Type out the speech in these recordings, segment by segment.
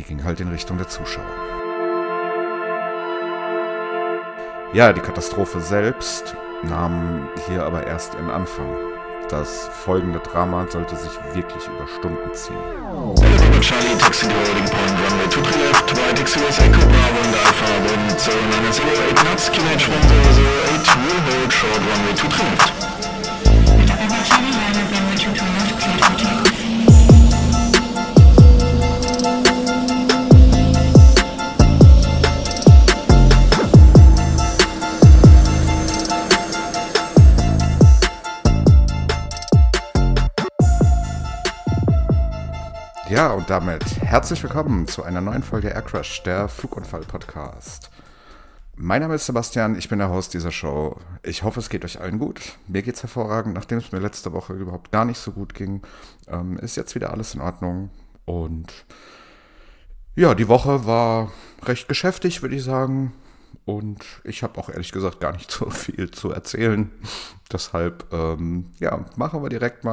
Die ging halt in Richtung der Zuschauer. Ja, die Katastrophe selbst nahm hier aber erst ihren Anfang. Das folgende Drama sollte sich wirklich über Stunden ziehen. Charlie, taxi to loading point, runway 23 left, right XUS Echo Bravo and Alpha, wind 0908 knots, QNH 1008, will hold short, runway 23 left. Over Charlie, runway 23 left, cleared for takeoff. Ja, und damit herzlich willkommen zu einer neuen Folge Aircrash, der Flugunfall-Podcast. Mein Name ist Sebastian, ich bin der Host dieser Show. Ich hoffe, es geht euch allen gut. Mir geht's hervorragend, nachdem es mir letzte Woche überhaupt gar nicht so gut ging. Ist jetzt wieder alles in Ordnung. Und ja, die Woche war recht geschäftig, würde ich sagen. Und ich habe auch ehrlich gesagt gar nicht so viel zu erzählen. Deshalb, fangen wir direkt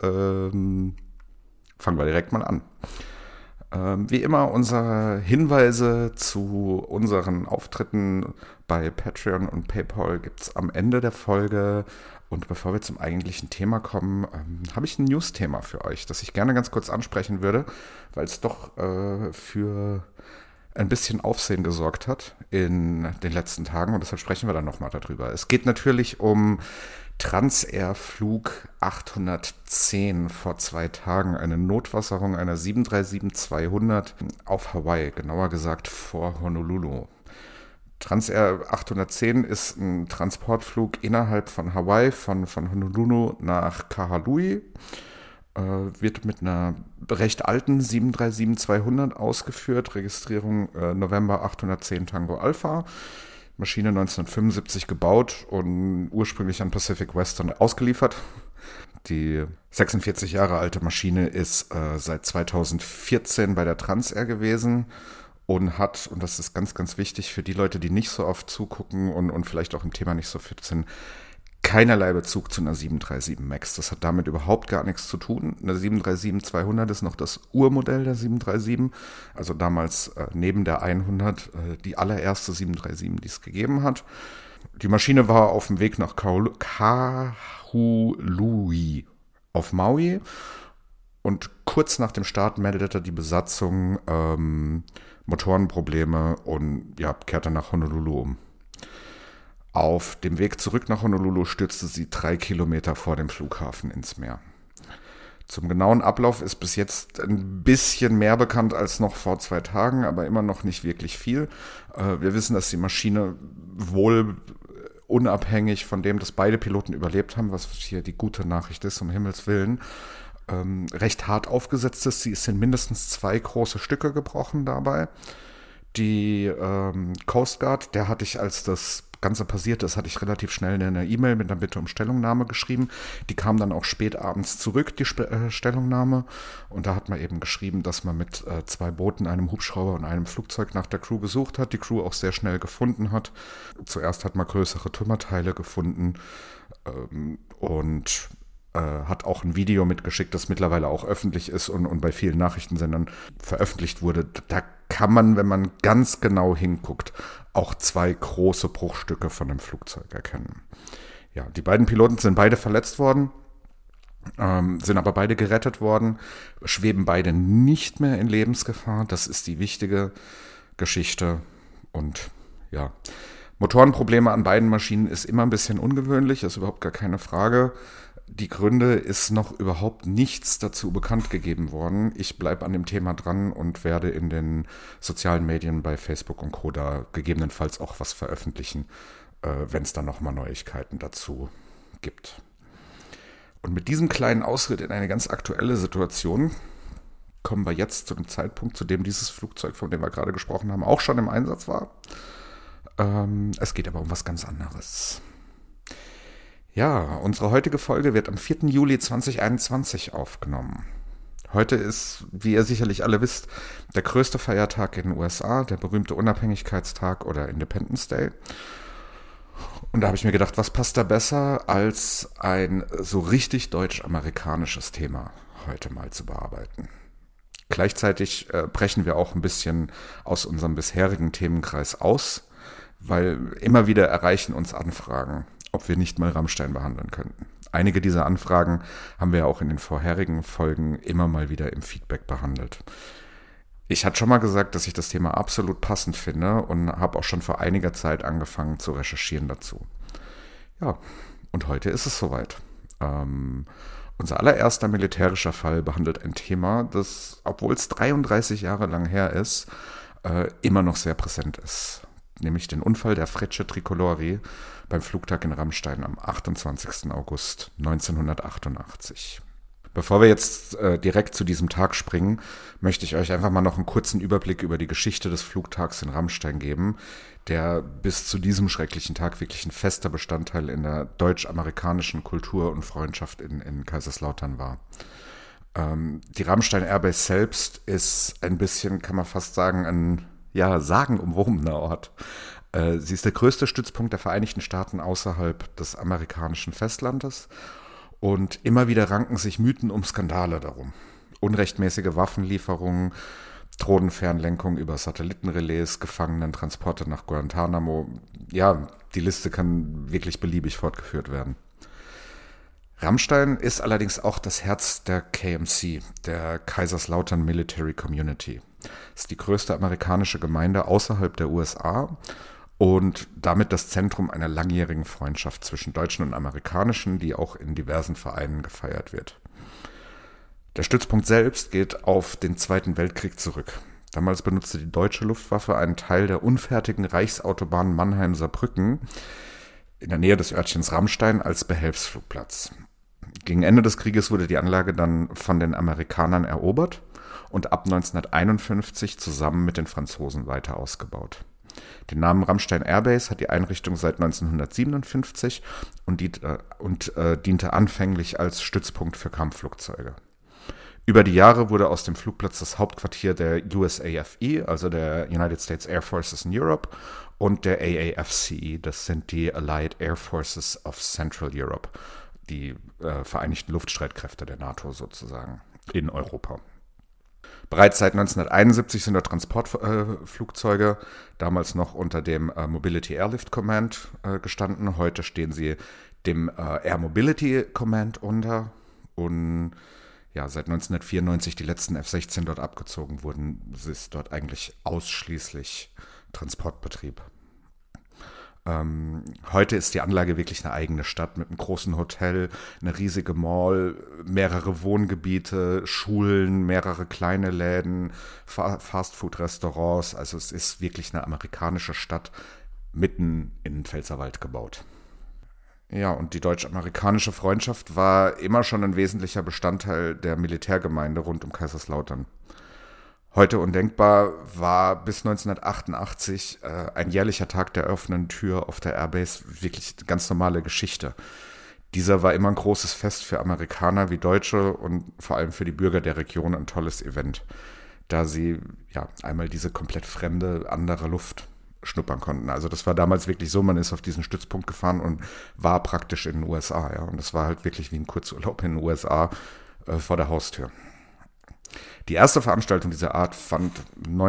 mal an. Wie immer unsere Hinweise zu unseren Auftritten bei Patreon und PayPal gibt es am Ende der Folge. Und bevor wir zum eigentlichen Thema kommen, habe ich ein News-Thema für euch, das ich gerne ganz kurz ansprechen würde, weil es doch für ein bisschen Aufsehen gesorgt hat in den letzten Tagen. Und deshalb sprechen wir dann nochmal darüber. Es geht natürlich um Transair Flug 810 vor 2 Tagen, eine Notwasserung einer 737-200 auf Hawaii, genauer gesagt vor Honolulu. Transair 810 ist ein Transportflug innerhalb von Hawaii, von Honolulu nach Kahului. Wird mit einer recht alten 737-200 ausgeführt, Registrierung November 810 Tango Alpha. Maschine 1975 gebaut und ursprünglich an Pacific Western ausgeliefert. Die 46 Jahre alte Maschine ist seit 2014 bei der Transair gewesen und hat, und das ist ganz, ganz wichtig für die Leute, die nicht so oft zugucken und vielleicht auch im Thema nicht so fit sind, keinerlei Bezug zu einer 737 MAX. Das hat damit überhaupt gar nichts zu tun. Eine 737-200 ist noch das Urmodell der 737, also damals neben der 100 die allererste 737, die es gegeben hat. Die Maschine war auf dem Weg nach Kahului auf Maui und kurz nach dem Start meldete die Besatzung Motorenprobleme und kehrte nach Honolulu um. Auf dem Weg zurück nach Honolulu stürzte sie 3 Kilometer vor dem Flughafen ins Meer. Zum genauen Ablauf ist bis jetzt ein bisschen mehr bekannt als noch vor 2 Tagen, aber immer noch nicht wirklich viel. Wir wissen, dass die Maschine wohl unabhängig von dem, dass beide Piloten überlebt haben, was hier die gute Nachricht ist, um Himmels Willen, recht hart aufgesetzt ist. Sie ist in mindestens 2 große Stücke gebrochen dabei. Die Coast Guard, der hatte ich, als das Ganze passiert ist, hatte ich relativ schnell eine E-Mail mit einer Bitte um Stellungnahme geschrieben. Die kam dann auch spät abends zurück, die Stellungnahme. Und da hat man eben geschrieben, dass man mit 2 Booten, einem Hubschrauber und einem Flugzeug nach der Crew gesucht hat, die Crew auch sehr schnell gefunden hat. Zuerst hat man größere Trümmerteile gefunden und hat auch ein Video mitgeschickt, das mittlerweile auch öffentlich ist und bei vielen Nachrichtensendern veröffentlicht wurde. Da kann man, wenn man ganz genau hinguckt, auch 2 große Bruchstücke von dem Flugzeug erkennen. Ja, die beiden Piloten sind beide verletzt worden, sind aber beide gerettet worden, schweben beide nicht mehr in Lebensgefahr. Das ist die wichtige Geschichte. Und ja, Motorenprobleme an beiden Maschinen ist immer ein bisschen ungewöhnlich, ist überhaupt gar keine Frage. Die Gründe ist noch überhaupt nichts dazu bekannt gegeben worden. Ich bleibe an dem Thema dran und werde in den sozialen Medien bei Facebook und Co. da gegebenenfalls auch was veröffentlichen, wenn es dann nochmal Neuigkeiten dazu gibt. Und mit diesem kleinen Ausritt in eine ganz aktuelle Situation kommen wir jetzt zu dem Zeitpunkt, zu dem dieses Flugzeug, von dem wir gerade gesprochen haben, auch schon im Einsatz war. Es geht aber um was ganz anderes. Ja, unsere heutige Folge wird am 4. Juli 2021 aufgenommen. Heute ist, wie ihr sicherlich alle wisst, der größte Feiertag in den USA, der berühmte Unabhängigkeitstag oder Independence Day. Und da habe ich mir gedacht, was passt da besser, als ein so richtig deutsch-amerikanisches Thema heute mal zu bearbeiten. Gleichzeitig brechen wir auch ein bisschen aus unserem bisherigen Themenkreis aus, weil immer wieder erreichen uns Anfragen, ob wir nicht mal Rammstein behandeln könnten. Einige dieser Anfragen haben wir auch in den vorherigen Folgen immer mal wieder im Feedback behandelt. Ich hatte schon mal gesagt, dass ich das Thema absolut passend finde und habe auch schon vor einiger Zeit angefangen zu recherchieren dazu. Ja, und heute ist es soweit. Unser allererster militärischer Fall behandelt ein Thema, das, obwohl es 33 Jahre lang her ist, immer noch sehr präsent ist. Nämlich den Unfall der Frecce Tricolori beim Flugtag in Rammstein am 28. August 1988. Bevor wir jetzt direkt zu diesem Tag springen, möchte ich euch einfach mal noch einen kurzen Überblick über die Geschichte des Flugtags in Rammstein geben, der bis zu diesem schrecklichen Tag wirklich ein fester Bestandteil in der deutsch-amerikanischen Kultur und Freundschaft in Kaiserslautern war. Die Rammstein Airbase selbst ist ein bisschen, kann man fast sagen, ein sagenumwobener Ort. Sie ist der größte Stützpunkt der Vereinigten Staaten außerhalb des amerikanischen Festlandes. Und immer wieder ranken sich Mythen um Skandale darum. Unrechtmäßige Waffenlieferungen, Drohnenfernlenkung über Satellitenrelais, Gefangenentransporte nach Guantanamo. Ja, die Liste kann wirklich beliebig fortgeführt werden. Rammstein ist allerdings auch das Herz der KMC, der Kaiserslautern Military Community. Es ist die größte amerikanische Gemeinde außerhalb der USA und damit das Zentrum einer langjährigen Freundschaft zwischen Deutschen und Amerikanischen, die auch in diversen Vereinen gefeiert wird. Der Stützpunkt selbst geht auf den Zweiten Weltkrieg zurück. Damals benutzte die deutsche Luftwaffe einen Teil der unfertigen Reichsautobahn Mannheim-Saarbrücken in der Nähe des Örtchens Rammstein als Behelfsflugplatz. Gegen Ende des Krieges wurde die Anlage dann von den Amerikanern erobert und ab 1951 zusammen mit den Franzosen weiter ausgebaut. Den Namen Rammstein Airbase hat die Einrichtung seit 1957 und diente anfänglich als Stützpunkt für Kampfflugzeuge. Über die Jahre wurde aus dem Flugplatz das Hauptquartier der USAFE, also der United States Air Forces in Europe, und der AAFCE, das sind die Allied Air Forces of Central Europe, die Vereinigten Luftstreitkräfte der NATO sozusagen in Europa. Bereits seit 1971 sind dort Transportflugzeuge, damals noch unter dem Mobility Airlift Command gestanden. Heute stehen sie dem Air Mobility Command unter. Und ja, seit 1994 die letzten F-16 dort abgezogen wurden, ist dort eigentlich ausschließlich Transportbetrieb. Heute ist die Anlage wirklich eine eigene Stadt mit einem großen Hotel, eine riesige Mall, mehrere Wohngebiete, Schulen, mehrere kleine Läden, Fastfood-Restaurants. Also es ist wirklich eine amerikanische Stadt mitten in den Pfälzerwald gebaut. Ja, und die deutsch-amerikanische Freundschaft war immer schon ein wesentlicher Bestandteil der Militärgemeinde rund um Kaiserslautern. Heute undenkbar war bis 1988 ein jährlicher Tag der offenen Tür auf der Airbase wirklich eine ganz normale Geschichte. Dieser war immer ein großes Fest für Amerikaner wie Deutsche und vor allem für die Bürger der Region ein tolles Event, da sie ja einmal diese komplett fremde, andere Luft schnuppern konnten. Also das war damals wirklich so, man ist auf diesen Stützpunkt gefahren und war praktisch in den USA. Ja? Und das war halt wirklich wie ein Kurzurlaub in den USA vor der Haustür. Die erste Veranstaltung dieser Art fand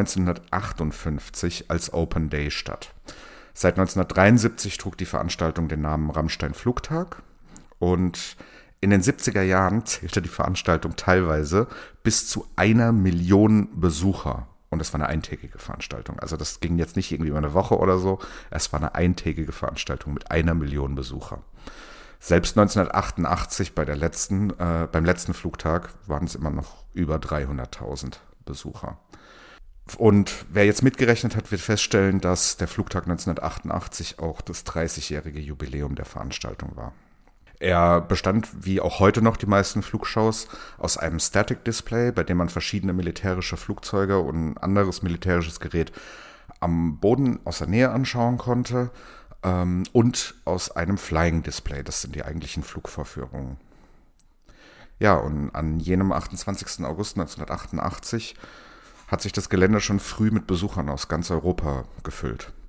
1958 als Open Day statt. Seit 1973 trug die Veranstaltung den Namen Rammstein Flugtag und in den 70er Jahren zählte die Veranstaltung teilweise bis zu 1 Million Besucher. Und es war eine eintägige Veranstaltung. Also das ging jetzt nicht irgendwie über eine Woche oder so. Es war eine eintägige Veranstaltung mit 1 Million Besucher. Selbst 1988 beim letzten Flugtag waren es immer noch über 300.000 Besucher. Und wer jetzt mitgerechnet hat, wird feststellen, dass der Flugtag 1988 auch das 30-jährige Jubiläum der Veranstaltung war. Er bestand, wie auch heute noch die meisten Flugshows, aus einem Static Display, bei dem man verschiedene militärische Flugzeuge und anderes militärisches Gerät am Boden aus der Nähe anschauen konnte, und aus einem Flying Display. Das sind die eigentlichen Flugvorführungen. Ja, und an jenem 28. August 1988 hat sich das Gelände schon früh mit Besuchern aus ganz Europa gefüllt.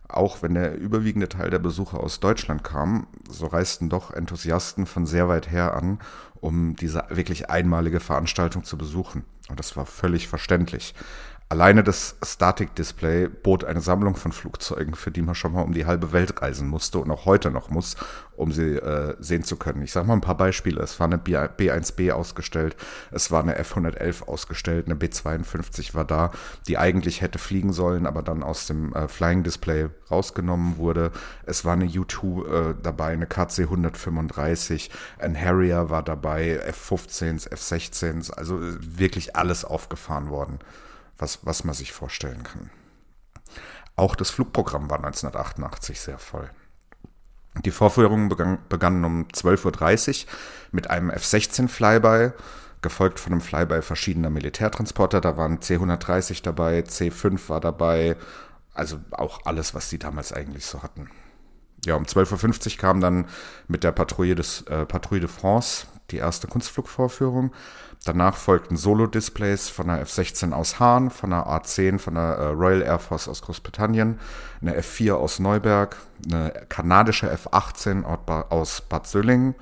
auch wenn der überwiegende Teil der Besucher aus Deutschland kam, so reisten doch Enthusiasten von sehr weit her an, um diese wirklich einmalige Veranstaltung zu besuchen. Und das war völlig verständlich. Alleine das Static Display bot eine Sammlung von Flugzeugen, für die man schon mal um die halbe Welt reisen musste und auch heute noch muss, um sie sehen zu können. Ich sage mal ein paar Beispiele. Es war eine B-1B ausgestellt, es war eine F-111 ausgestellt, eine B-52 war da, die eigentlich hätte fliegen sollen, aber dann aus dem Flying Display rausgenommen wurde. Es war eine U-2 dabei, eine KC-135, ein Harrier war dabei, F-15s, F-16s, also wirklich alles aufgefahren worden, was man sich vorstellen kann. Auch das Flugprogramm war 1988 sehr voll. Die Vorführungen begannen um 12.30 Uhr mit einem F-16 Flyby, gefolgt von einem Flyby verschiedener Militärtransporter. Da waren C-130 dabei, C-5 war dabei, also auch alles, was die damals eigentlich so hatten. Ja, um 12.50 Uhr kam dann mit der Patrouille de France die erste Kunstflugvorführung. Danach folgten Solo-Displays von der F-16 aus Hahn, von der A-10 von der Royal Air Force aus Großbritannien, eine F-4 aus Neuberg, eine kanadische F-18 aus Bad Sölling.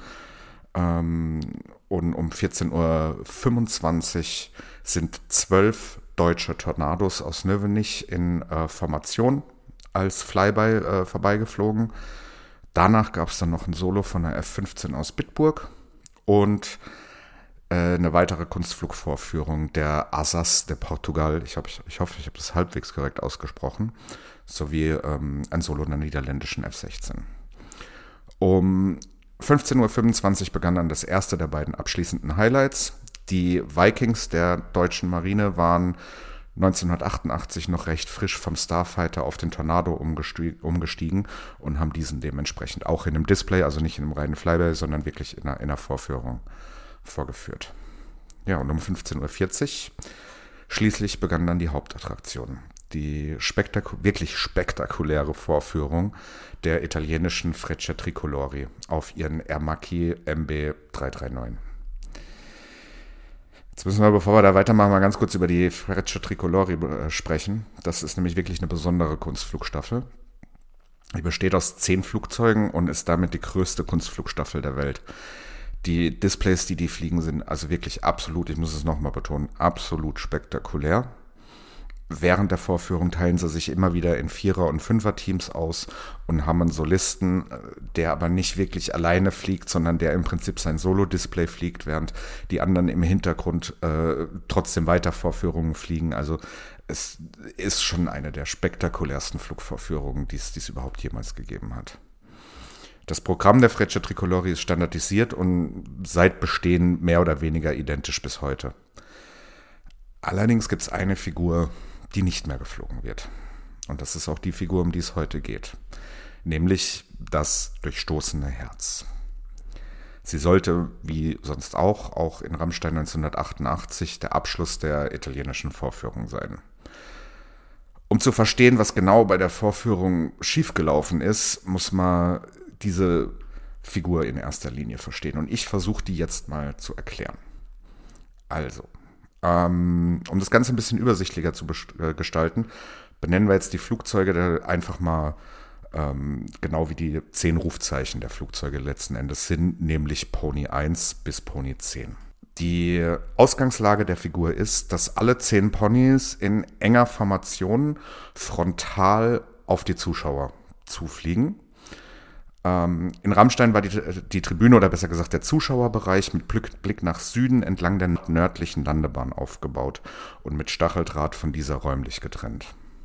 Und um 14.25 Uhr sind 12 deutsche Tornados aus Növenich in Formation als Flyby vorbeigeflogen. Danach gab es dann noch ein Solo von der F-15 aus Bitburg und eine weitere Kunstflugvorführung der Asas de Portugal. Ich hoffe, ich habe das halbwegs korrekt ausgesprochen. Sowie ein Solo einer niederländischen F-16. Um 15.25 Uhr begann dann das erste der beiden abschließenden Highlights. Die Vikings der deutschen Marine waren 1988 noch recht frisch vom Starfighter auf den Tornado umgestiegen und haben diesen dementsprechend auch in einem Display, also nicht in einem reinen Flyby, sondern wirklich in einer Vorführung vorgeführt. Ja, und um 15.40 Uhr schließlich begann dann die Hauptattraktion. Die wirklich spektakuläre Vorführung der italienischen Freccia Tricolori auf ihren Aermacchi MB 339. Jetzt müssen wir, bevor wir da weitermachen, mal ganz kurz über die Freccia Tricolori sprechen. Das ist nämlich wirklich eine besondere Kunstflugstaffel. Die besteht aus 10 Flugzeugen und ist damit die größte Kunstflugstaffel der Welt. Die Displays, die fliegen, sind also wirklich absolut, ich muss es nochmal betonen, absolut spektakulär. Während der Vorführung teilen sie sich immer wieder in 4er- und 5er-Teams aus und haben einen Solisten, der aber nicht wirklich alleine fliegt, sondern der im Prinzip sein Solo-Display fliegt, während die anderen im Hintergrund trotzdem weiter Vorführungen fliegen. Also es ist schon eine der spektakulärsten Flugvorführungen, die es überhaupt jemals gegeben hat. Das Programm der Freccia Tricolori ist standardisiert und seit Bestehen mehr oder weniger identisch bis heute. Allerdings gibt es eine Figur, die nicht mehr geflogen wird. Und das ist auch die Figur, um die es heute geht. Nämlich das durchstoßene Herz. Sie sollte, wie sonst auch in Rammstein 1988, der Abschluss der italienischen Vorführung sein. Um zu verstehen, was genau bei der Vorführung schiefgelaufen ist, muss man diese Figur in erster Linie verstehen. Und ich versuche die jetzt mal zu erklären. Also, um das Ganze ein bisschen übersichtlicher zu gestalten, benennen wir jetzt die Flugzeuge einfach mal genau wie die 10 Rufzeichen der Flugzeuge letzten Endes sind, nämlich Pony 1 bis Pony 10. Die Ausgangslage der Figur ist, dass alle 10 Ponys in enger Formation frontal auf die Zuschauer zufliegen. In Rammstein war die Tribüne, oder besser gesagt der Zuschauerbereich, mit Blick nach Süden entlang der nördlichen Landebahn aufgebaut und mit Stacheldraht von dieser räumlich getrennt.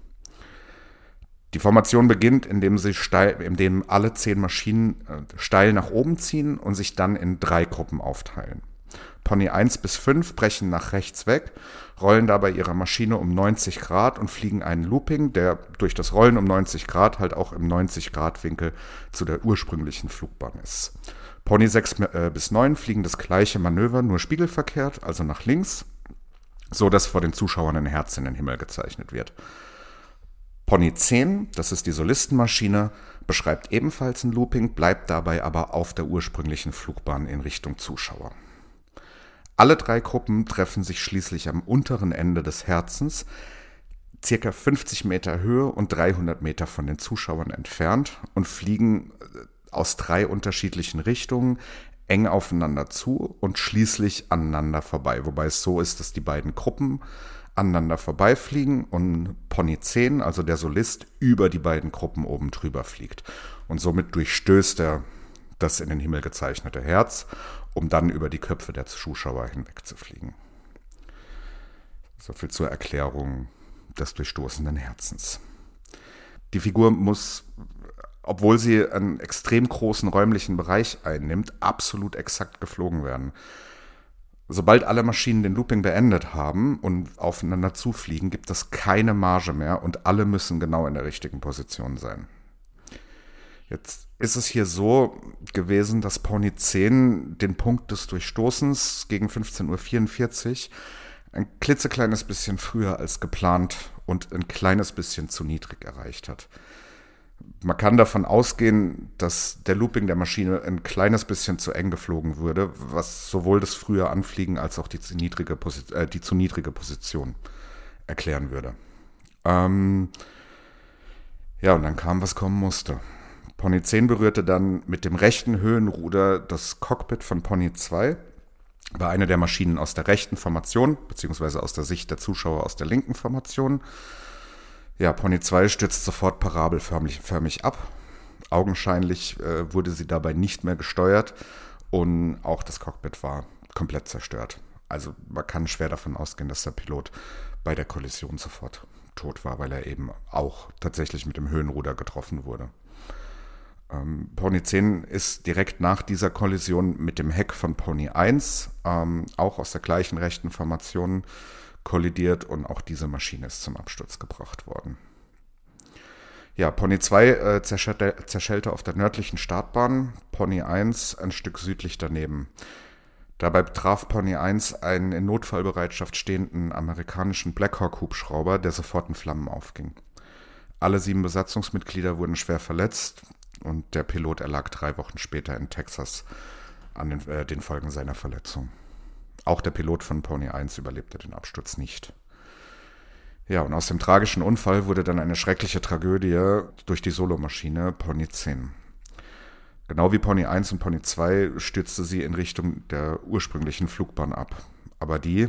Die Formation beginnt, indem alle 10 Maschinen steil nach oben ziehen und sich dann in 3 Gruppen aufteilen. Pony 1 bis 5 brechen nach rechts weg, rollen dabei ihre Maschine um 90 Grad und fliegen einen Looping, der durch das Rollen um 90 Grad halt auch im 90-Grad-Winkel zu der ursprünglichen Flugbahn ist. Pony 6 bis 9 fliegen das gleiche Manöver, nur spiegelverkehrt, also nach links, so dass vor den Zuschauern ein Herz in den Himmel gezeichnet wird. Pony 10, das ist die Solistenmaschine, beschreibt ebenfalls ein Looping, bleibt dabei aber auf der ursprünglichen Flugbahn in Richtung Zuschauer. Alle 3 Gruppen treffen sich schließlich am unteren Ende des Herzens. circa 50 Meter Höhe und 300 Meter von den Zuschauern entfernt und fliegen aus 3 unterschiedlichen Richtungen eng aufeinander zu und schließlich aneinander vorbei. Wobei es so ist, dass die beiden Gruppen aneinander vorbeifliegen und Pony 10, also der Solist, über die beiden Gruppen oben drüber fliegt. Und somit durchstößt er das in den Himmel gezeichnete Herz, um dann über die Köpfe der Zuschauer hinweg zu fliegen. So viel zur Erklärung des durchstoßenden Herzens. Die Figur muss, obwohl sie einen extrem großen räumlichen Bereich einnimmt, absolut exakt geflogen werden. Sobald alle Maschinen den Looping beendet haben und aufeinander zufliegen, gibt es keine Marge mehr und alle müssen genau in der richtigen Position sein. Jetzt ist es hier so gewesen, dass Pony 10 den Punkt des Durchstoßens gegen 15:44 Uhr ein klitzekleines bisschen früher als geplant und ein kleines bisschen zu niedrig erreicht hat. Man kann davon ausgehen, dass der Looping der Maschine ein kleines bisschen zu eng geflogen würde, was sowohl das frühe Anfliegen als auch die zu niedrige Position erklären würde. Und dann kam, was kommen musste. Pony 10 berührte dann mit dem rechten Höhenruder das Cockpit von Pony 2, war eine der Maschinen aus der rechten Formation, beziehungsweise aus der Sicht der Zuschauer aus der linken Formation. Ja, Pony 2 stürzt sofort parabelförmig ab. Augenscheinlich wurde sie dabei nicht mehr gesteuert und auch das Cockpit war komplett zerstört. Also man kann schwer davon ausgehen, dass der Pilot bei der Kollision sofort tot war, weil er eben auch tatsächlich mit dem Höhenruder getroffen wurde. Pony 10 ist direkt nach dieser Kollision mit dem Heck von Pony 1, auch aus der gleichen rechten Formation, kollidiert und auch diese Maschine ist zum Absturz gebracht worden. Ja, Pony 2 zerschellte auf der nördlichen Startbahn, Pony 1 ein Stück südlich daneben. Dabei traf Pony 1 einen in Notfallbereitschaft stehenden amerikanischen Black Hawk-Hubschrauber, der sofort in Flammen aufging. Alle 7 Besatzungsmitglieder wurden schwer verletzt und der Pilot erlag 3 Wochen später in Texas an den Folgen seiner Verletzung. Auch der Pilot von Pony 1 überlebte den Absturz nicht. Ja, und aus dem tragischen Unfall wurde dann eine schreckliche Tragödie durch die Solomaschine Pony 10. Genau wie Pony 1 und Pony 2 stürzte sie in Richtung der ursprünglichen Flugbahn ab. Aber die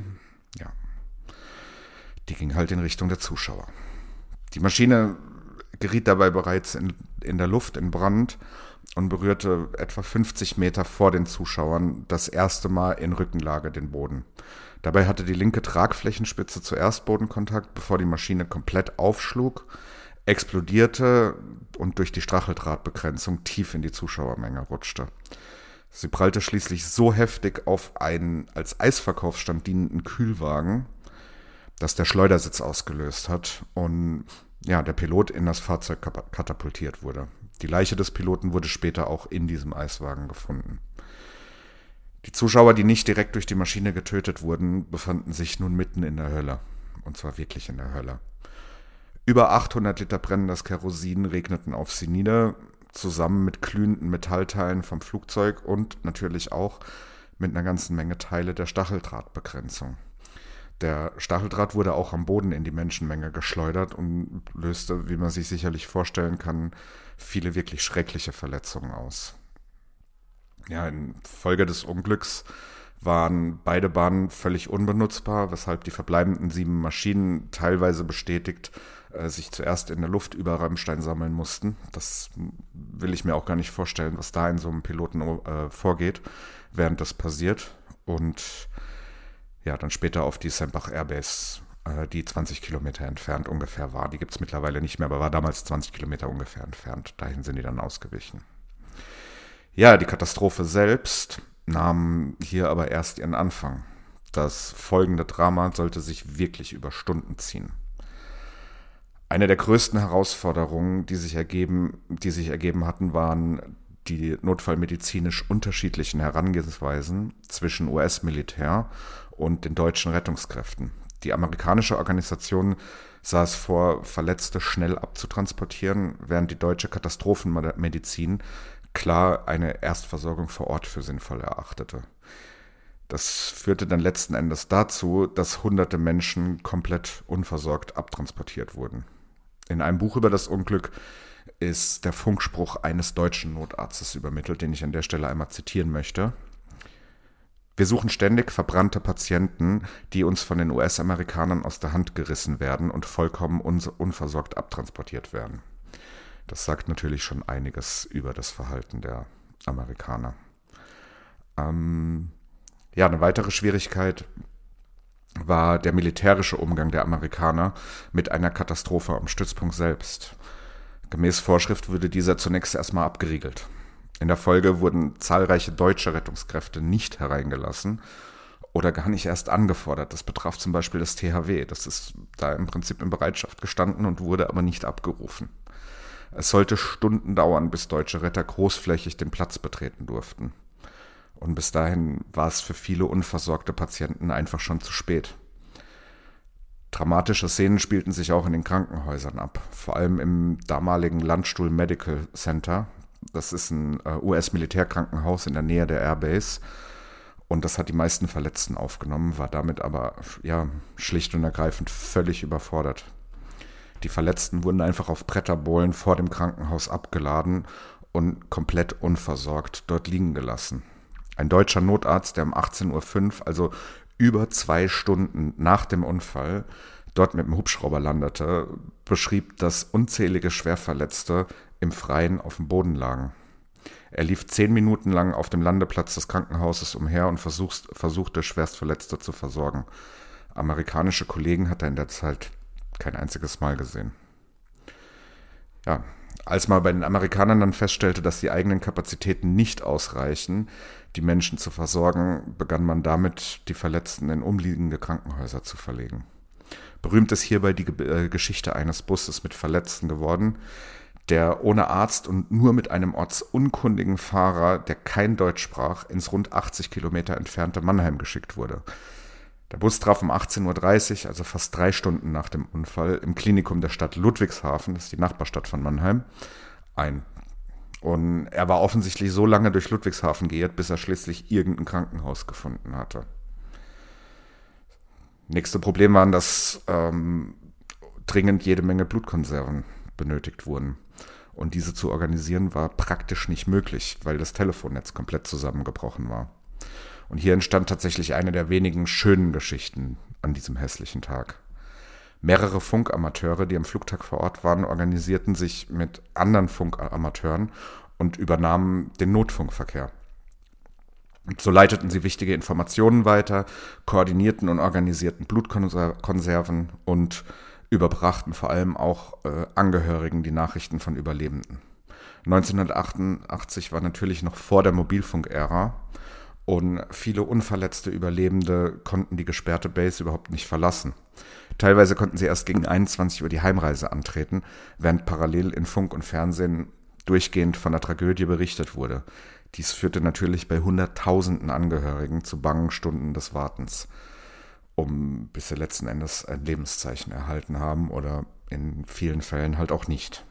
ging halt in Richtung der Zuschauer. Die Maschine geriet dabei bereits in der Luft in Brand und berührte etwa 50 Meter vor den Zuschauern das erste Mal in Rückenlage den Boden. Dabei hatte die linke Tragflächenspitze zuerst Bodenkontakt, bevor die Maschine komplett aufschlug, explodierte und durch die Stacheldrahtbegrenzung tief in die Zuschauermenge rutschte. Sie prallte schließlich so heftig auf einen als Eisverkaufsstand dienenden Kühlwagen, dass der Schleudersitz ausgelöst hat und der Pilot in das Fahrzeug katapultiert wurde. Die Leiche des Piloten wurde später auch in diesem Eiswagen gefunden. Die Zuschauer, die nicht direkt durch die Maschine getötet wurden, befanden sich nun mitten in der Hölle. Und zwar wirklich in der Hölle. Über 800 Liter brennendes Kerosin regneten auf sie nieder, zusammen mit glühenden Metallteilen vom Flugzeug und natürlich auch mit einer ganzen Menge Teile der Stacheldrahtbegrenzung. Der Stacheldraht wurde auch am Boden in die Menschenmenge geschleudert und löste, wie man sich sicherlich vorstellen kann, viele wirklich schreckliche Verletzungen aus. Ja, in Folge des Unglücks waren beide Bahnen völlig unbenutzbar, weshalb die verbleibenden 7 Maschinen teilweise bestätigt sich zuerst in der Luft über Rammstein sammeln mussten. Das will ich mir auch gar nicht vorstellen, was da in so einem Piloten vorgeht, während das passiert. Und dann später auf die Sempach Airbase, die 20 Kilometer entfernt ungefähr war. Die gibt es mittlerweile nicht mehr, aber war damals 20 Kilometer ungefähr entfernt. Dahin sind die dann ausgewichen. Ja, die Katastrophe selbst nahm hier aber erst ihren Anfang. Das folgende Drama sollte sich wirklich über Stunden ziehen. Eine der größten Herausforderungen, die sich ergeben hatten, waren die notfallmedizinisch unterschiedlichen Herangehensweisen zwischen US-Militär und den deutschen Rettungskräften. Die amerikanische Organisation sah es vor, Verletzte schnell abzutransportieren, während die deutsche Katastrophenmedizin klar eine Erstversorgung vor Ort für sinnvoll erachtete. Das führte dann letzten Endes dazu, dass hunderte Menschen komplett unversorgt abtransportiert wurden. In einem Buch über das Unglück ist der Funkspruch eines deutschen Notarztes übermittelt, den ich an der Stelle einmal zitieren möchte. Wir suchen ständig verbrannte Patienten, die uns von den US-Amerikanern aus der Hand gerissen werden und vollkommen unversorgt abtransportiert werden. Das sagt natürlich schon einiges über das Verhalten der Amerikaner. Eine weitere Schwierigkeit war der militärische Umgang der Amerikaner mit einer Katastrophe am Stützpunkt selbst. Gemäß Vorschrift wurde dieser zunächst erstmal abgeriegelt. In der Folge wurden zahlreiche deutsche Rettungskräfte nicht hereingelassen oder gar nicht erst angefordert. Das betraf zum Beispiel das THW. Das ist da im Prinzip in Bereitschaft gestanden und wurde aber nicht abgerufen. Es sollte Stunden dauern, bis deutsche Retter großflächig den Platz betreten durften. Und bis dahin war es für viele unversorgte Patienten einfach schon zu spät. Dramatische Szenen spielten sich auch in den Krankenhäusern ab, vor allem im damaligen Landstuhl Medical Center. Das ist ein US-Militärkrankenhaus in der Nähe der Airbase und das hat die meisten Verletzten aufgenommen, war damit aber schlicht und ergreifend völlig überfordert. Die Verletzten wurden einfach auf Bretterbohlen vor dem Krankenhaus abgeladen und komplett unversorgt dort liegen gelassen. Ein deutscher Notarzt, der um 18:05 Uhr, also über 2 Stunden nach dem Unfall, dort mit dem Hubschrauber landete, beschrieb, dass unzählige Schwerverletzte im Freien auf dem Boden lagen. Er lief 10 Minuten lang auf dem Landeplatz des Krankenhauses umher und versuchte, Schwerstverletzte zu versorgen. Amerikanische Kollegen hat er in der Zeit kein einziges Mal gesehen. Ja, als man bei den Amerikanern dann feststellte, dass die eigenen Kapazitäten nicht ausreichen, die Menschen zu versorgen, begann man damit, die Verletzten in umliegende Krankenhäuser zu verlegen. Berühmt ist hierbei die Geschichte eines Busses mit Verletzten geworden, der ohne Arzt und nur mit einem ortsunkundigen Fahrer, der kein Deutsch sprach, ins rund 80 Kilometer entfernte Mannheim geschickt wurde. Der Bus traf um 18:30 Uhr, also fast 3 Stunden nach dem Unfall, im Klinikum der Stadt Ludwigshafen, das ist die Nachbarstadt von Mannheim, ein. Und er war offensichtlich so lange durch Ludwigshafen geirrt, bis er schließlich irgendein Krankenhaus gefunden hatte. Nächste Problem waren, dass dringend jede Menge Blutkonserven benötigt wurden. Und diese zu organisieren war praktisch nicht möglich, weil das Telefonnetz komplett zusammengebrochen war. Und hier entstand tatsächlich eine der wenigen schönen Geschichten an diesem hässlichen Tag. Mehrere Funkamateure, die am Flugtag vor Ort waren, organisierten sich mit anderen Funkamateuren und übernahmen den Notfunkverkehr. Und so leiteten sie wichtige Informationen weiter, koordinierten und organisierten Blutkonserven und überbrachten vor allem auch Angehörigen die Nachrichten von Überlebenden. 1988 war natürlich noch vor der Mobilfunk-Ära und viele unverletzte Überlebende konnten die gesperrte Base überhaupt nicht verlassen. Teilweise konnten sie erst gegen 21 Uhr die Heimreise antreten, während parallel in Funk und Fernsehen durchgehend von der Tragödie berichtet wurde. Dies führte natürlich bei Hunderttausenden Angehörigen zu bangen Stunden des Wartens, bis sie letzten Endes ein Lebenszeichen erhalten haben oder in vielen Fällen halt auch nicht.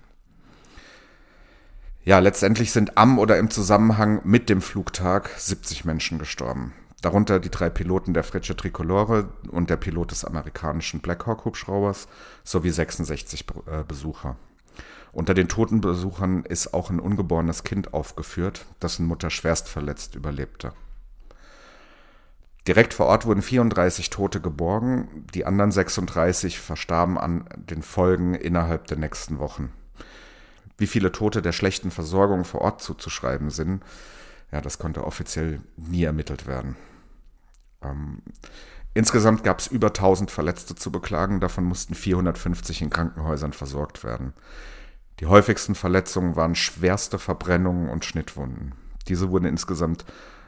Ja, letztendlich sind am oder im Zusammenhang mit dem Flugtag 70 Menschen gestorben. Darunter die 3 Piloten der Frecce Tricolore und der Pilot des amerikanischen Black Hawk Hubschraubers sowie 66 Besucher. Unter den toten Besuchern ist auch ein ungeborenes Kind aufgeführt, dessen Mutter schwerst verletzt überlebte. Direkt vor Ort wurden 34 Tote geborgen, die anderen 36 verstarben an den Folgen innerhalb der nächsten Wochen. Wie viele Tote der schlechten Versorgung vor Ort zuzuschreiben sind, das konnte offiziell nie ermittelt werden. Insgesamt gab es über 1000 Verletzte zu beklagen, davon mussten 450 in Krankenhäusern versorgt werden. Die häufigsten Verletzungen waren schwerste Verbrennungen und Schnittwunden. Diese wurden insgesamt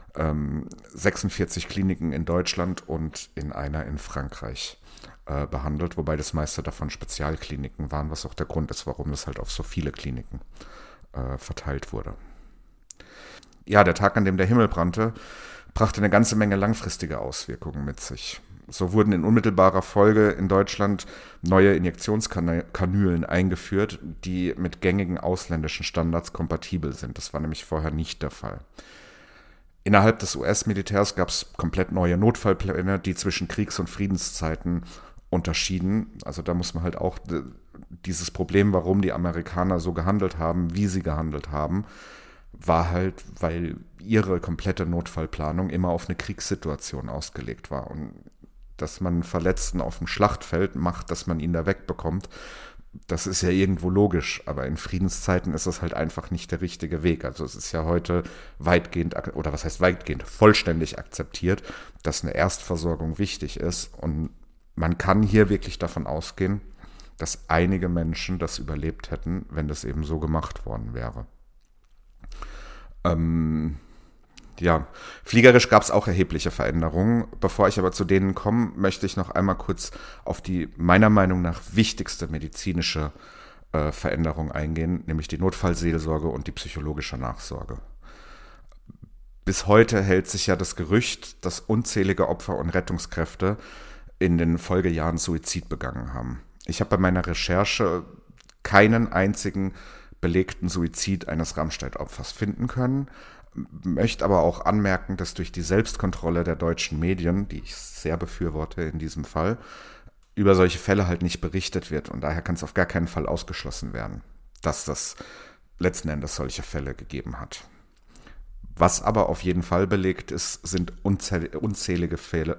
46 Kliniken in Deutschland und in einer in Frankreich behandelt, wobei das meiste davon Spezialkliniken waren, was auch der Grund ist, warum das halt auf so viele Kliniken verteilt wurde. Ja, der Tag, an dem der Himmel brannte, brachte eine ganze Menge langfristige Auswirkungen mit sich. So wurden in unmittelbarer Folge in Deutschland neue Injektionskanülen eingeführt, die mit gängigen ausländischen Standards kompatibel sind. Das war nämlich vorher nicht der Fall. Innerhalb des US-Militärs gab es komplett neue Notfallpläne, die zwischen Kriegs- und Friedenszeiten unterschieden. Also da muss man halt auch dieses Problem, warum die Amerikaner so gehandelt haben, wie sie gehandelt haben, war halt, weil ihre komplette Notfallplanung immer auf eine Kriegssituation ausgelegt war. Und dass man Verletzten auf dem Schlachtfeld macht, dass man ihn da wegbekommt, das ist ja irgendwo logisch. Aber in Friedenszeiten ist das halt einfach nicht der richtige Weg. Also es ist ja heute weitgehend, oder was heißt weitgehend, vollständig akzeptiert, dass eine Erstversorgung wichtig ist. Und man kann hier wirklich davon ausgehen, dass einige Menschen das überlebt hätten, wenn das eben so gemacht worden wäre. Ja, fliegerisch gab es auch erhebliche Veränderungen. Bevor ich aber zu denen komme, möchte ich noch einmal kurz auf die meiner Meinung nach wichtigste medizinische Veränderung eingehen, nämlich die Notfallseelsorge und die psychologische Nachsorge. Bis heute hält sich ja das Gerücht, dass unzählige Opfer und Rettungskräfte in den Folgejahren Suizid begangen haben. Ich habe bei meiner Recherche keinen einzigen belegten Suizid eines Ramstein-Opfers finden können, möchte aber auch anmerken, dass durch die Selbstkontrolle der deutschen Medien, die ich sehr befürworte in diesem Fall, über solche Fälle halt nicht berichtet wird. Und daher kann es auf gar keinen Fall ausgeschlossen werden, dass das letzten Endes solche Fälle gegeben hat. Was aber auf jeden Fall belegt ist, sind unzählige Fälle.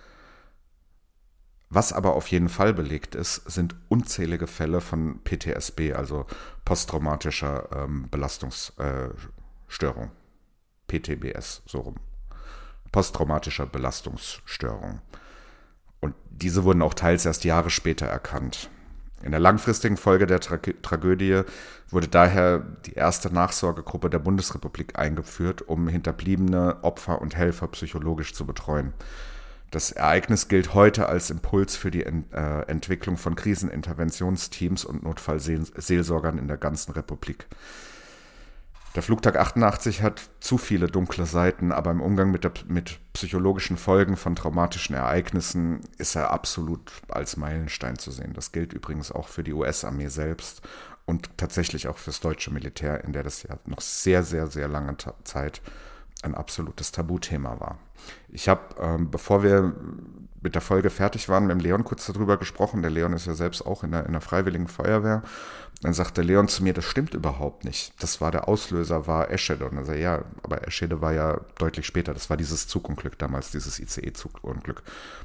Was aber auf jeden Fall belegt ist, sind unzählige Fälle von PTSB, also posttraumatischer Belastungsstörung. PTBS, so rum. Posttraumatischer Belastungsstörung. Und diese wurden auch teils erst Jahre später erkannt. In der langfristigen Folge der Tragödie wurde daher die erste Nachsorgegruppe der Bundesrepublik eingeführt, um hinterbliebene Opfer und Helfer psychologisch zu betreuen. Das Ereignis gilt heute als Impuls für die Entwicklung von Kriseninterventionsteams und Notfallseelsorgern in der ganzen Republik. Der Flugtag 88 hat zu viele dunkle Seiten, aber im Umgang mit psychologischen Folgen von traumatischen Ereignissen ist er absolut als Meilenstein zu sehen. Das gilt übrigens auch für die US-Armee selbst und tatsächlich auch fürs deutsche Militär, in der das ja noch sehr, sehr, sehr lange Zeit ein absolutes Tabuthema war. Ich habe, bevor wir mit der Folge fertig waren, mit dem Leon kurz darüber gesprochen. Der Leon ist ja selbst auch in der Freiwilligen Feuerwehr. Dann sagte Leon zu mir, das stimmt überhaupt nicht. Das war der Auslöser, war Eschede. Und er sagte, ja, aber Eschede war ja deutlich später. Das war dieses Zugunglück damals, dieses ICE-Zugunglück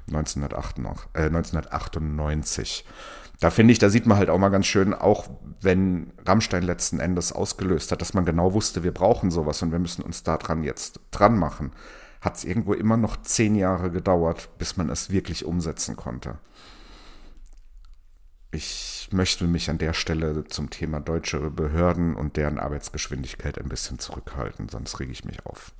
1998. Da finde ich, da sieht man halt auch mal ganz schön, auch wenn Rammstein letzten Endes ausgelöst hat, dass man genau wusste, wir brauchen sowas und wir müssen uns daran jetzt dran machen, hat es irgendwo immer noch 10 Jahre gedauert, bis man es wirklich umsetzen konnte. Ich möchte mich an der Stelle zum Thema deutsche Behörden und deren Arbeitsgeschwindigkeit ein bisschen zurückhalten, sonst rege ich mich auf.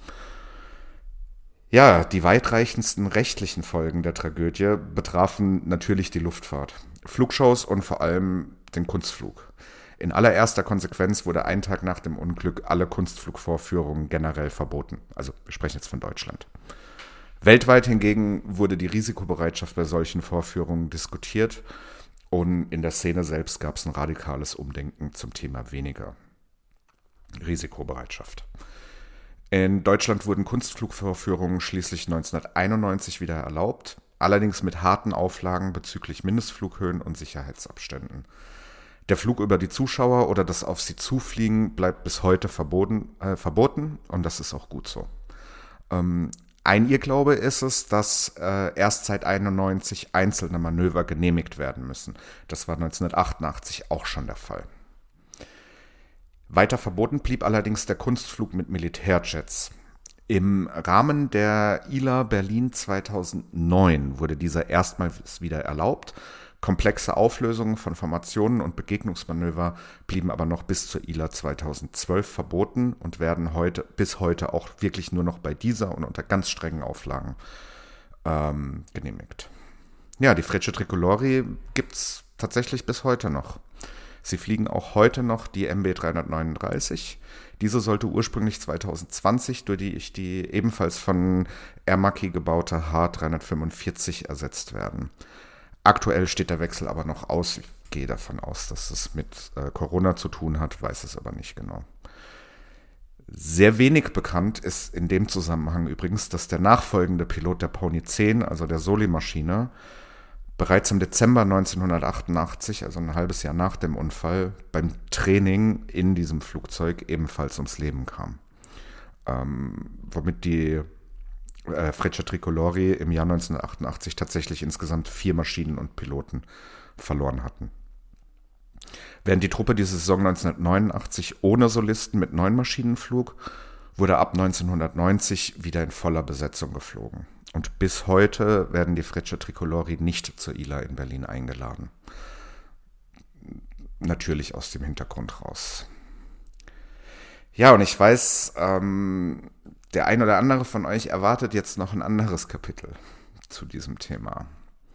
Ja, die weitreichendsten rechtlichen Folgen der Tragödie betrafen natürlich die Luftfahrt, Flugshows und vor allem den Kunstflug. In allererster Konsequenz wurde einen Tag nach dem Unglück alle Kunstflugvorführungen generell verboten. Also wir sprechen jetzt von Deutschland. Weltweit hingegen wurde die Risikobereitschaft bei solchen Vorführungen diskutiert und in der Szene selbst gab es ein radikales Umdenken zum Thema weniger Risikobereitschaft. In Deutschland wurden Kunstflugvorführungen schließlich 1991 wieder erlaubt, allerdings mit harten Auflagen bezüglich Mindestflughöhen und Sicherheitsabständen. Der Flug über die Zuschauer oder das auf sie zufliegen bleibt bis heute verboten und das ist auch gut so. Ein Irrglaube ist es, dass erst seit 1991 einzelne Manöver genehmigt werden müssen. Das war 1988 auch schon der Fall. Weiter verboten blieb allerdings der Kunstflug mit Militärjets. Im Rahmen der ILA Berlin 2009 wurde dieser erstmals wieder erlaubt. Komplexe Auflösungen von Formationen und Begegnungsmanöver blieben aber noch bis zur ILA 2012 verboten und werden bis heute auch wirklich nur noch bei dieser und unter ganz strengen Auflagen genehmigt. Ja, die Frecce Tricolori gibt es tatsächlich bis heute noch. Sie fliegen auch heute noch die MB 339. Diese sollte ursprünglich 2020 durch die ebenfalls von Air Macchi gebaute H345 ersetzt werden. Aktuell steht der Wechsel aber noch aus. Ich gehe davon aus, dass es mit Corona zu tun hat, weiß es aber nicht genau. Sehr wenig bekannt ist in dem Zusammenhang übrigens, dass der nachfolgende Pilot der Pony 10, also der Soli-Maschine, bereits im Dezember 1988, also ein halbes Jahr nach dem Unfall, beim Training in diesem Flugzeug ebenfalls ums Leben kam. Womit die Freccia Tricolori im Jahr 1988 tatsächlich insgesamt 4 Maschinen und Piloten verloren hatten. Während die Truppe diese Saison 1989 ohne Solisten mit 9 Maschinen flog, wurde ab 1990 wieder in voller Besetzung geflogen. Und bis heute werden die Freccia Tricolori nicht zur ILA in Berlin eingeladen. Natürlich aus dem Hintergrund raus. Ja, und ich weiß, der ein oder andere von euch erwartet jetzt noch ein anderes Kapitel zu diesem Thema.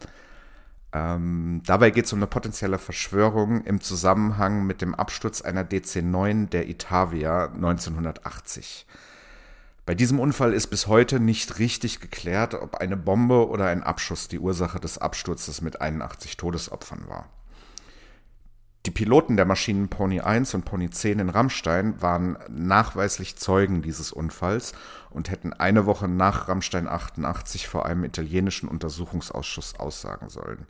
Dabei geht es um eine potenzielle Verschwörung im Zusammenhang mit dem Absturz einer DC-9 der Itavia 1980. Bei diesem Unfall ist bis heute nicht richtig geklärt, ob eine Bombe oder ein Abschuss die Ursache des Absturzes mit 81 Todesopfern war. Die Piloten der Maschinen Pony 1 und Pony 10 in Ramstein waren nachweislich Zeugen dieses Unfalls und hätten eine Woche nach Ramstein 88 vor einem italienischen Untersuchungsausschuss aussagen sollen.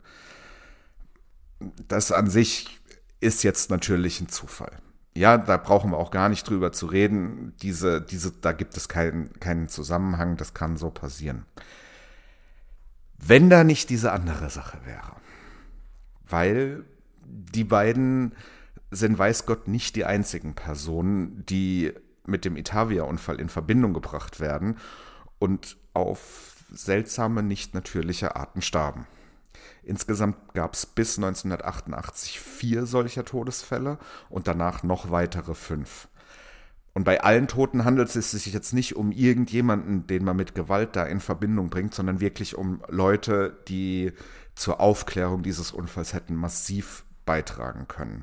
Das an sich ist jetzt natürlich ein Zufall. Ja, da brauchen wir auch gar nicht drüber zu reden. Da gibt es keinen Zusammenhang, das kann so passieren. Wenn da nicht diese andere Sache wäre. Weil die beiden sind, weiß Gott, nicht die einzigen Personen, die mit dem Itavia-Unfall in Verbindung gebracht werden und auf seltsame, nicht natürliche Arten starben. Insgesamt gab es bis 1988 4 solcher Todesfälle und danach noch weitere 5. Und bei allen Toten handelt es sich jetzt nicht um irgendjemanden, den man mit Gewalt da in Verbindung bringt, sondern wirklich um Leute, die zur Aufklärung dieses Unfalls hätten massiv beitragen können.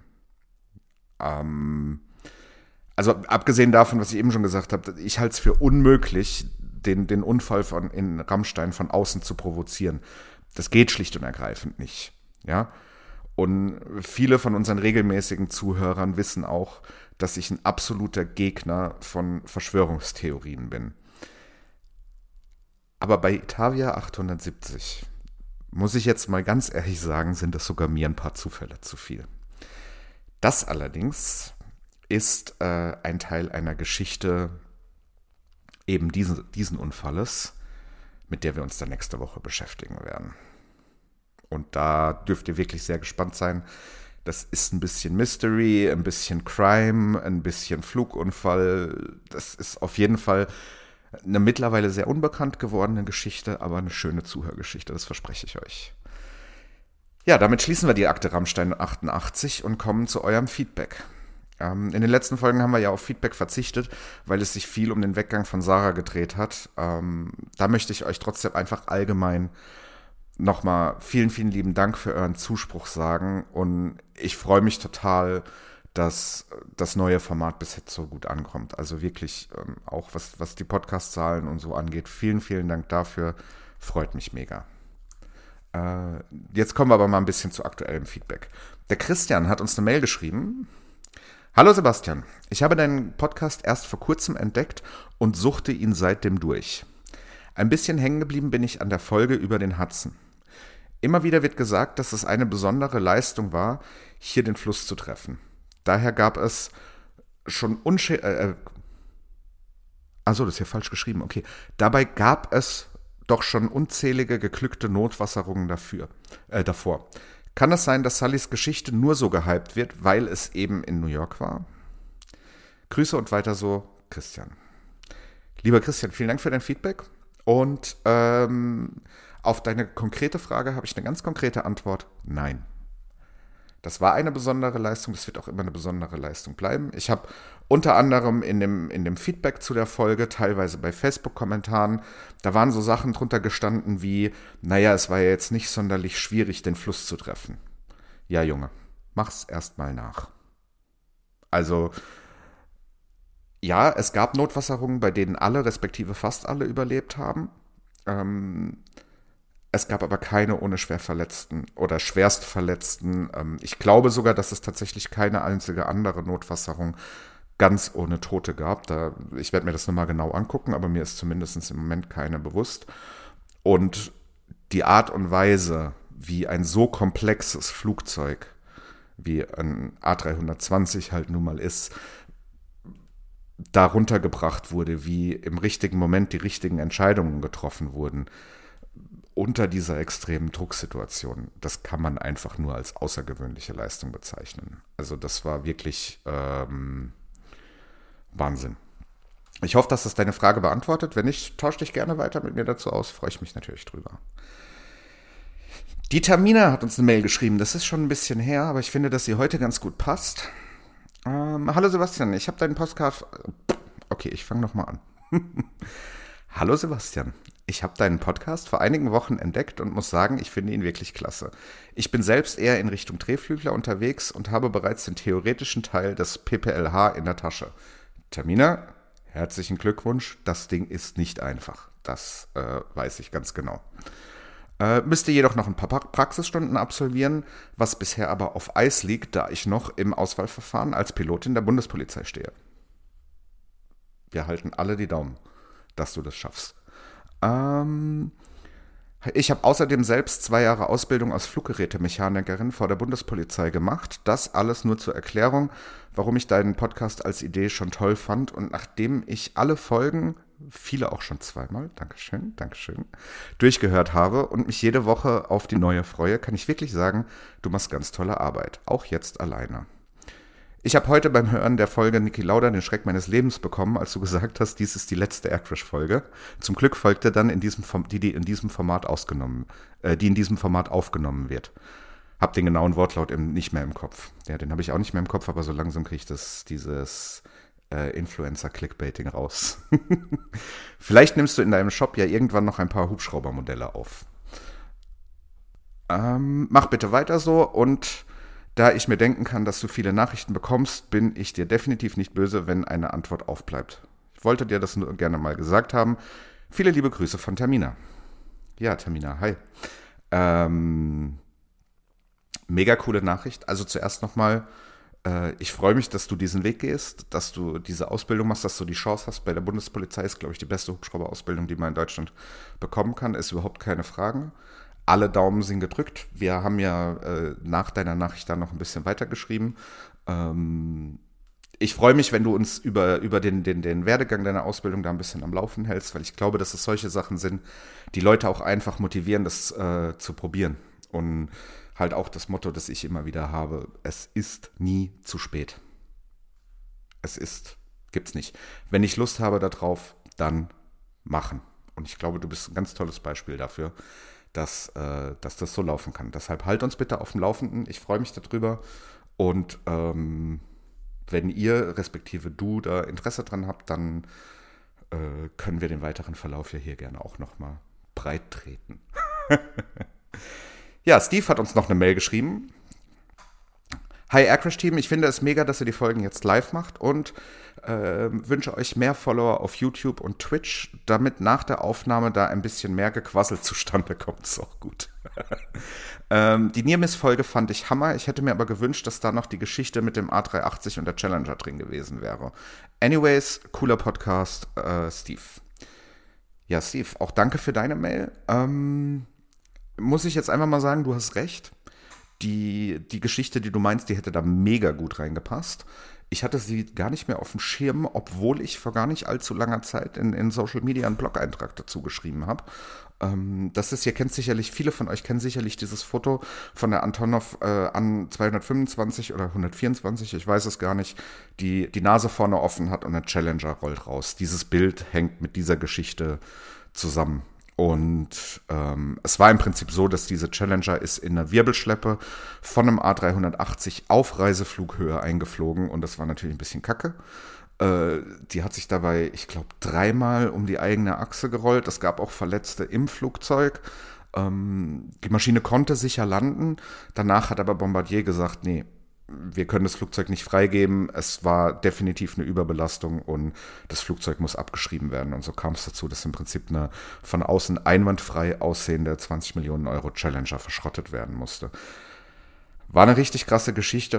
Also abgesehen davon, was ich eben schon gesagt habe, ich halte es für unmöglich, den Unfall in Ramstein von außen zu provozieren. Das geht schlicht und ergreifend nicht. Ja? Und viele von unseren regelmäßigen Zuhörern wissen auch, dass ich ein absoluter Gegner von Verschwörungstheorien bin. Aber bei Itavia 870 muss ich jetzt mal ganz ehrlich sagen, sind das sogar mir ein paar Zufälle zu viel. Das allerdings ist ein Teil einer Geschichte eben diesen Unfalles, mit der wir uns dann nächste Woche beschäftigen werden. Und da dürft ihr wirklich sehr gespannt sein. Das ist ein bisschen Mystery, ein bisschen Crime, ein bisschen Flugunfall. Das ist auf jeden Fall eine mittlerweile sehr unbekannt gewordene Geschichte, aber eine schöne Zuhörgeschichte, das verspreche ich euch. Ja, damit schließen wir die Akte Ramstein 88 und kommen zu eurem Feedback. In den letzten Folgen haben wir ja auf Feedback verzichtet, weil es sich viel um den Weggang von Sarah gedreht hat. Da möchte ich euch trotzdem einfach allgemein nochmal vielen, vielen lieben Dank für euren Zuspruch sagen. Und ich freue mich total, dass das neue Format bis jetzt so gut ankommt. Also wirklich auch was die Podcast-Zahlen und so angeht. Vielen, vielen Dank dafür. Freut mich mega. Jetzt kommen wir aber mal ein bisschen zu aktuellem Feedback. Der Christian hat uns eine Mail geschrieben. Hallo Sebastian, ich habe deinen Podcast erst vor kurzem entdeckt und suchte ihn seitdem durch. Ein bisschen hängen geblieben bin ich an der Folge über den Hudson. Immer wieder wird gesagt, dass es eine besondere Leistung war, hier den Fluss zu treffen. Daher gab es schon das ist hier falsch geschrieben, okay. Dabei gab es doch schon unzählige geglückte Notwasserungen davor. Kann es sein, dass Sullys Geschichte nur so gehypt wird, weil es eben in New York war? Grüße und weiter so, Christian. Lieber Christian, vielen Dank für dein Feedback. Und auf deine konkrete Frage habe ich eine ganz konkrete Antwort. Nein. Das war eine besondere Leistung, das wird auch immer eine besondere Leistung bleiben. Ich habe unter anderem in dem Feedback zu der Folge, teilweise bei Facebook-Kommentaren, da waren so Sachen drunter gestanden wie, naja, es war ja jetzt nicht sonderlich schwierig, den Fluss zu treffen. Ja, Junge, mach's erstmal nach. Also, ja, es gab Notwasserungen, bei denen alle, respektive fast alle, überlebt haben. Es gab aber keine ohne Schwerverletzten oder Schwerstverletzten. Ich glaube sogar, dass es tatsächlich keine einzige andere Notwasserung ganz ohne Tote gab. Ich werde mir das nochmal genau angucken, aber mir ist zumindest im Moment keine bewusst. Und die Art und Weise, wie ein so komplexes Flugzeug, wie ein A320 halt nun mal ist, da runtergebracht wurde, wie im richtigen Moment die richtigen Entscheidungen getroffen wurden, unter dieser extremen Drucksituation, das kann man einfach nur als außergewöhnliche Leistung bezeichnen. Also das war wirklich Wahnsinn. Ich hoffe, dass das deine Frage beantwortet. Wenn nicht, tausch dich gerne weiter mit mir dazu aus. Freue ich mich natürlich drüber. Die Tamina hat uns eine Mail geschrieben. Das ist schon ein bisschen her, aber ich finde, dass sie heute ganz gut passt. Hallo Sebastian, ich habe deinen Podcast... Okay, ich fange nochmal an. Hallo Sebastian, ich habe deinen Podcast vor einigen Wochen entdeckt und muss sagen, ich finde ihn wirklich klasse. Ich bin selbst eher in Richtung Drehflügler unterwegs und habe bereits den theoretischen Teil des PPLH in der Tasche. Tamina, herzlichen Glückwunsch, das Ding ist nicht einfach. Das weiß ich ganz genau. Müsste jedoch noch ein paar Praxisstunden absolvieren, was bisher aber auf Eis liegt, da ich noch im Auswahlverfahren als Pilotin der Bundespolizei stehe. Wir halten alle die Daumen, dass du das schaffst. Ich habe außerdem selbst 2 Jahre Ausbildung als Fluggerätemechanikerin vor der Bundespolizei gemacht. Das alles nur zur Erklärung, warum ich deinen Podcast als Idee schon toll fand. Und nachdem ich alle Folgen, viele auch schon zweimal, Dankeschön, durchgehört habe und mich jede Woche auf die neue freue, kann ich wirklich sagen, du machst ganz tolle Arbeit. Auch jetzt alleine. Ich habe heute beim Hören der Folge Niki Lauda den Schreck meines Lebens bekommen, als du gesagt hast, dies ist die letzte Aircrash-Folge. Zum Glück folgte dann die in diesem Format aufgenommen wird. Hab den genauen Wortlaut nicht mehr im Kopf. Ja, den habe ich auch nicht mehr im Kopf, aber so langsam kriege ich dieses Influencer-Clickbaiting raus. Vielleicht nimmst du in deinem Shop ja irgendwann noch ein paar Hubschraubermodelle auf. Mach bitte weiter so und da ich mir denken kann, dass du viele Nachrichten bekommst, bin ich dir definitiv nicht böse, wenn eine Antwort aufbleibt. Ich wollte dir das nur gerne mal gesagt haben. Viele liebe Grüße von Tamina. Ja, Tamina, hi. Mega coole Nachricht. Also zuerst nochmal, ich freue mich, dass du diesen Weg gehst, dass du diese Ausbildung machst, dass du die Chance hast. Bei der Bundespolizei ist, glaube ich, die beste Hubschrauberausbildung, die man in Deutschland bekommen kann. Ist überhaupt keine Frage. Alle Daumen sind gedrückt. Wir haben ja nach deiner Nachricht dann noch ein bisschen weitergeschrieben. Ich freue mich, wenn du uns über den Werdegang deiner Ausbildung da ein bisschen am Laufen hältst, weil ich glaube, dass es solche Sachen sind, die Leute auch einfach motivieren, das zu probieren. Und halt auch das Motto, das ich immer wieder habe, es ist nie zu spät. Gibt's nicht. Wenn ich Lust habe darauf, dann machen. Und ich glaube, du bist ein ganz tolles Beispiel dafür, dass das so laufen kann. Deshalb halt uns bitte auf dem Laufenden. Ich freue mich darüber. Und wenn ihr, respektive du, da Interesse dran habt, dann können wir den weiteren Verlauf ja hier gerne auch nochmal breit treten. Ja, Steve hat uns noch eine Mail geschrieben. Hi Aircrash Team, ich finde es mega, dass ihr die Folgen jetzt live macht und wünsche euch mehr Follower auf YouTube und Twitch, damit nach der Aufnahme da ein bisschen mehr Gequassel zustande kommt. Ist auch gut. Die Near-Miss-Folge fand ich Hammer. Ich hätte mir aber gewünscht, dass da noch die Geschichte mit dem A380 und der Challenger drin gewesen wäre. Anyways, cooler Podcast, Steve. Ja, Steve, auch danke für deine Mail. Muss ich jetzt einfach mal sagen, du hast recht. Die Geschichte, die du meinst, die hätte da mega gut reingepasst. Ich hatte sie gar nicht mehr auf dem Schirm, obwohl ich vor gar nicht allzu langer Zeit in Social Media einen Blog-Eintrag dazu geschrieben habe. Viele von euch kennen sicherlich dieses Foto von der Antonov an 225 oder 124, ich weiß es gar nicht, die Nase vorne offen hat und der Challenger rollt raus. Dieses Bild hängt mit dieser Geschichte zusammen. Und es war im Prinzip so, dass diese Challenger ist in einer Wirbelschleppe von einem A380 auf Reiseflughöhe eingeflogen und das war natürlich ein bisschen kacke. Die hat sich dabei, ich glaube, 3-mal um die eigene Achse gerollt. Es gab auch Verletzte im Flugzeug. Die Maschine konnte sicher landen. Danach hat aber Bombardier gesagt, nee, wir können das Flugzeug nicht freigeben. Es war definitiv eine Überbelastung und das Flugzeug muss abgeschrieben werden. Und so kam es dazu, dass im Prinzip eine von außen einwandfrei aussehende 20 Millionen Euro Challenger verschrottet werden musste. War eine richtig krasse Geschichte.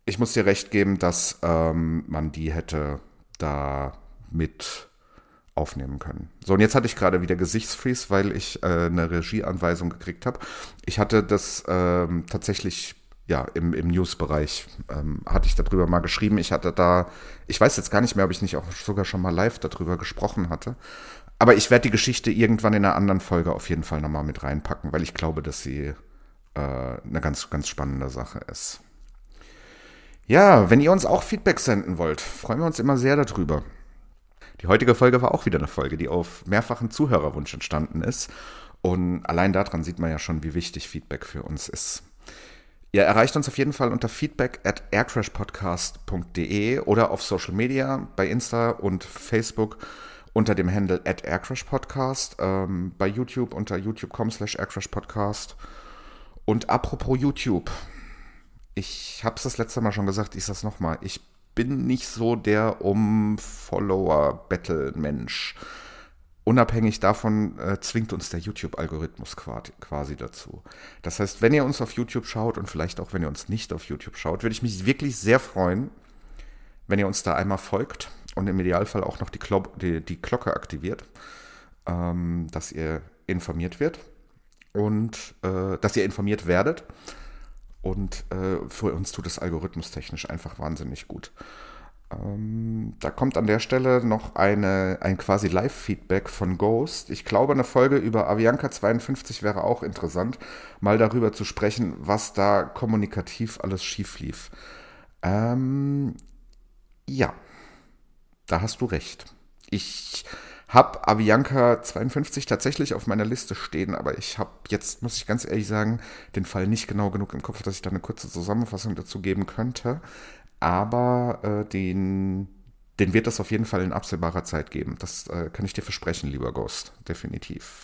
ich muss dir recht geben, dass man die hätte da mit aufnehmen können. So, und jetzt hatte ich gerade wieder Gesichtsfreeze, weil ich eine Regieanweisung gekriegt habe. Ich hatte das tatsächlich, ja, im News-Bereich hatte ich darüber mal geschrieben. Ich weiß jetzt gar nicht mehr, ob ich nicht auch sogar schon mal live darüber gesprochen hatte. Aber ich werde die Geschichte irgendwann in einer anderen Folge auf jeden Fall nochmal mit reinpacken, weil ich glaube, dass sie eine ganz, ganz spannende Sache ist. Ja, wenn ihr uns auch Feedback senden wollt, freuen wir uns immer sehr darüber. Die heutige Folge war auch wieder eine Folge, die auf mehrfachen Zuhörerwunsch entstanden ist. Und allein daran sieht man ja schon, wie wichtig Feedback für uns ist. Ihr erreicht uns auf jeden Fall unter feedback@aircrashpodcast.de oder auf Social Media, bei Insta und Facebook unter dem Handle @aircrashpodcast, bei YouTube unter youtube.com/aircrashpodcast. Und apropos YouTube, ich habe es das letzte Mal schon gesagt, ich sag's nochmal, ich bin nicht so der Follower-Battle-Mensch. Unabhängig davon zwingt uns der YouTube-Algorithmus quasi dazu. Das heißt, wenn ihr uns auf YouTube schaut und vielleicht auch, wenn ihr uns nicht auf YouTube schaut, würde ich mich wirklich sehr freuen, wenn ihr uns da einmal folgt und im Idealfall auch noch die Glocke aktiviert, dass ihr informiert wird und dass ihr informiert werdet. Und für uns tut es algorithmustechnisch einfach wahnsinnig gut. Da kommt an der Stelle noch ein quasi Live-Feedback von Ghost. Ich glaube, eine Folge über Avianca 52 wäre auch interessant, mal darüber zu sprechen, was da kommunikativ alles schief lief. Ja, da hast du recht. Ich habe Avianca 52 tatsächlich auf meiner Liste stehen, aber ich habe jetzt, muss ich ganz ehrlich sagen, den Fall nicht genau genug im Kopf, dass ich da eine kurze Zusammenfassung dazu geben könnte. Aber den wird es auf jeden Fall in absehbarer Zeit geben. Das kann ich dir versprechen, lieber Ghost. Definitiv.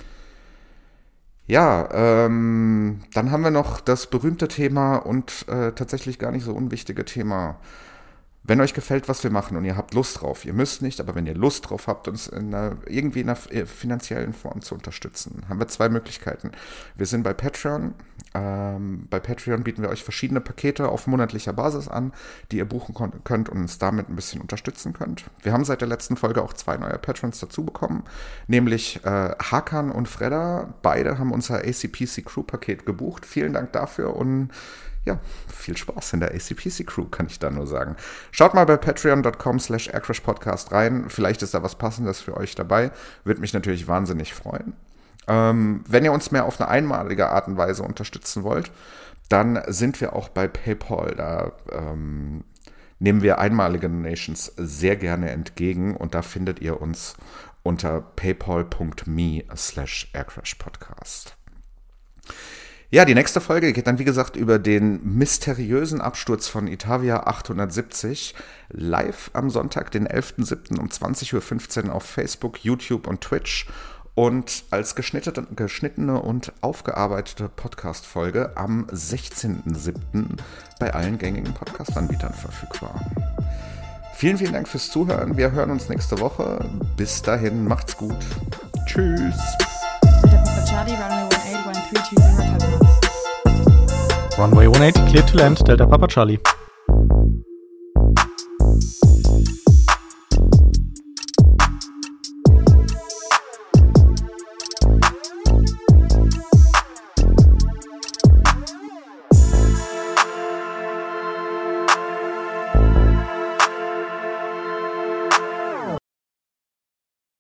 Ja, dann haben wir noch das berühmte Thema und tatsächlich gar nicht so unwichtige Thema. Wenn euch gefällt, was wir machen und ihr habt Lust drauf, ihr müsst nicht, aber wenn ihr Lust drauf habt, uns irgendwie in einer finanziellen Form zu unterstützen, haben wir 2 Möglichkeiten. Wir sind bei Patreon. Bei Patreon bieten wir euch verschiedene Pakete auf monatlicher Basis an, die ihr buchen könnt und uns damit ein bisschen unterstützen könnt. Wir haben seit der letzten Folge auch 2 neue Patrons dazu bekommen, nämlich Hakan und Fredda. Beide haben unser ACPC Crew Paket gebucht. Vielen Dank dafür und ja, viel Spaß in der ACPC Crew, kann ich da nur sagen. Schaut mal bei patreon.com/aircrashpodcast rein. Vielleicht ist da was Passendes für euch dabei. Würde mich natürlich wahnsinnig freuen. Wenn ihr uns mehr auf eine einmalige Art und Weise unterstützen wollt, dann sind wir auch bei PayPal. Da nehmen wir einmalige Donations sehr gerne entgegen und da findet ihr uns unter paypal.me/aircrashpodcast. Ja, die nächste Folge geht dann, wie gesagt, über den mysteriösen Absturz von Itavia 870 live am Sonntag, den 11.07. um 20.15 Uhr auf Facebook, YouTube und Twitch und als geschnittene und aufgearbeitete Podcast-Folge am 16.07. bei allen gängigen Podcast-Anbietern verfügbar. Vielen, vielen Dank fürs Zuhören. Wir hören uns nächste Woche. Bis dahin, macht's gut. Tschüss. Runway 18, cleared to land, Delta Papa Charlie.